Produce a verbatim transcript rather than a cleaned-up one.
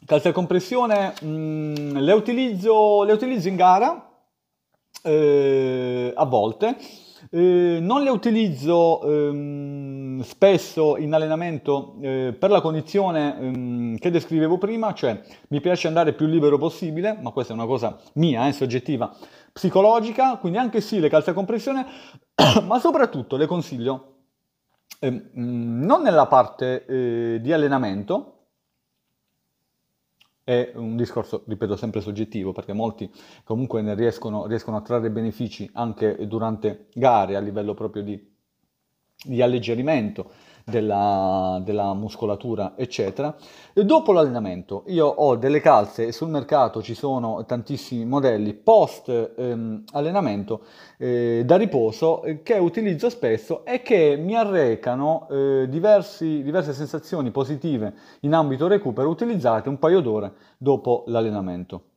calze a compressione mh, le utilizzo, le utilizzo in gara eh, a volte. Eh, non le utilizzo ehm, spesso in allenamento eh, per la condizione ehm, che descrivevo prima, cioè mi piace andare più libero possibile, ma questa è una cosa mia, eh, soggettiva, psicologica, quindi anche sì le calze a compressione, ma soprattutto le consiglio ehm, non nella parte eh, di allenamento, è un discorso, ripeto, sempre soggettivo, perché molti comunque ne riescono, riescono a trarre benefici anche durante gare a livello proprio di, di alleggerimento della, della muscolatura, eccetera. E dopo l'allenamento, io ho delle calze, sul mercato ci sono tantissimi modelli post ehm, allenamento eh, da riposo eh, che utilizzo spesso e che mi arrecano eh, diversi- diverse sensazioni positive in ambito recupero utilizzate un paio d'ore dopo l'allenamento.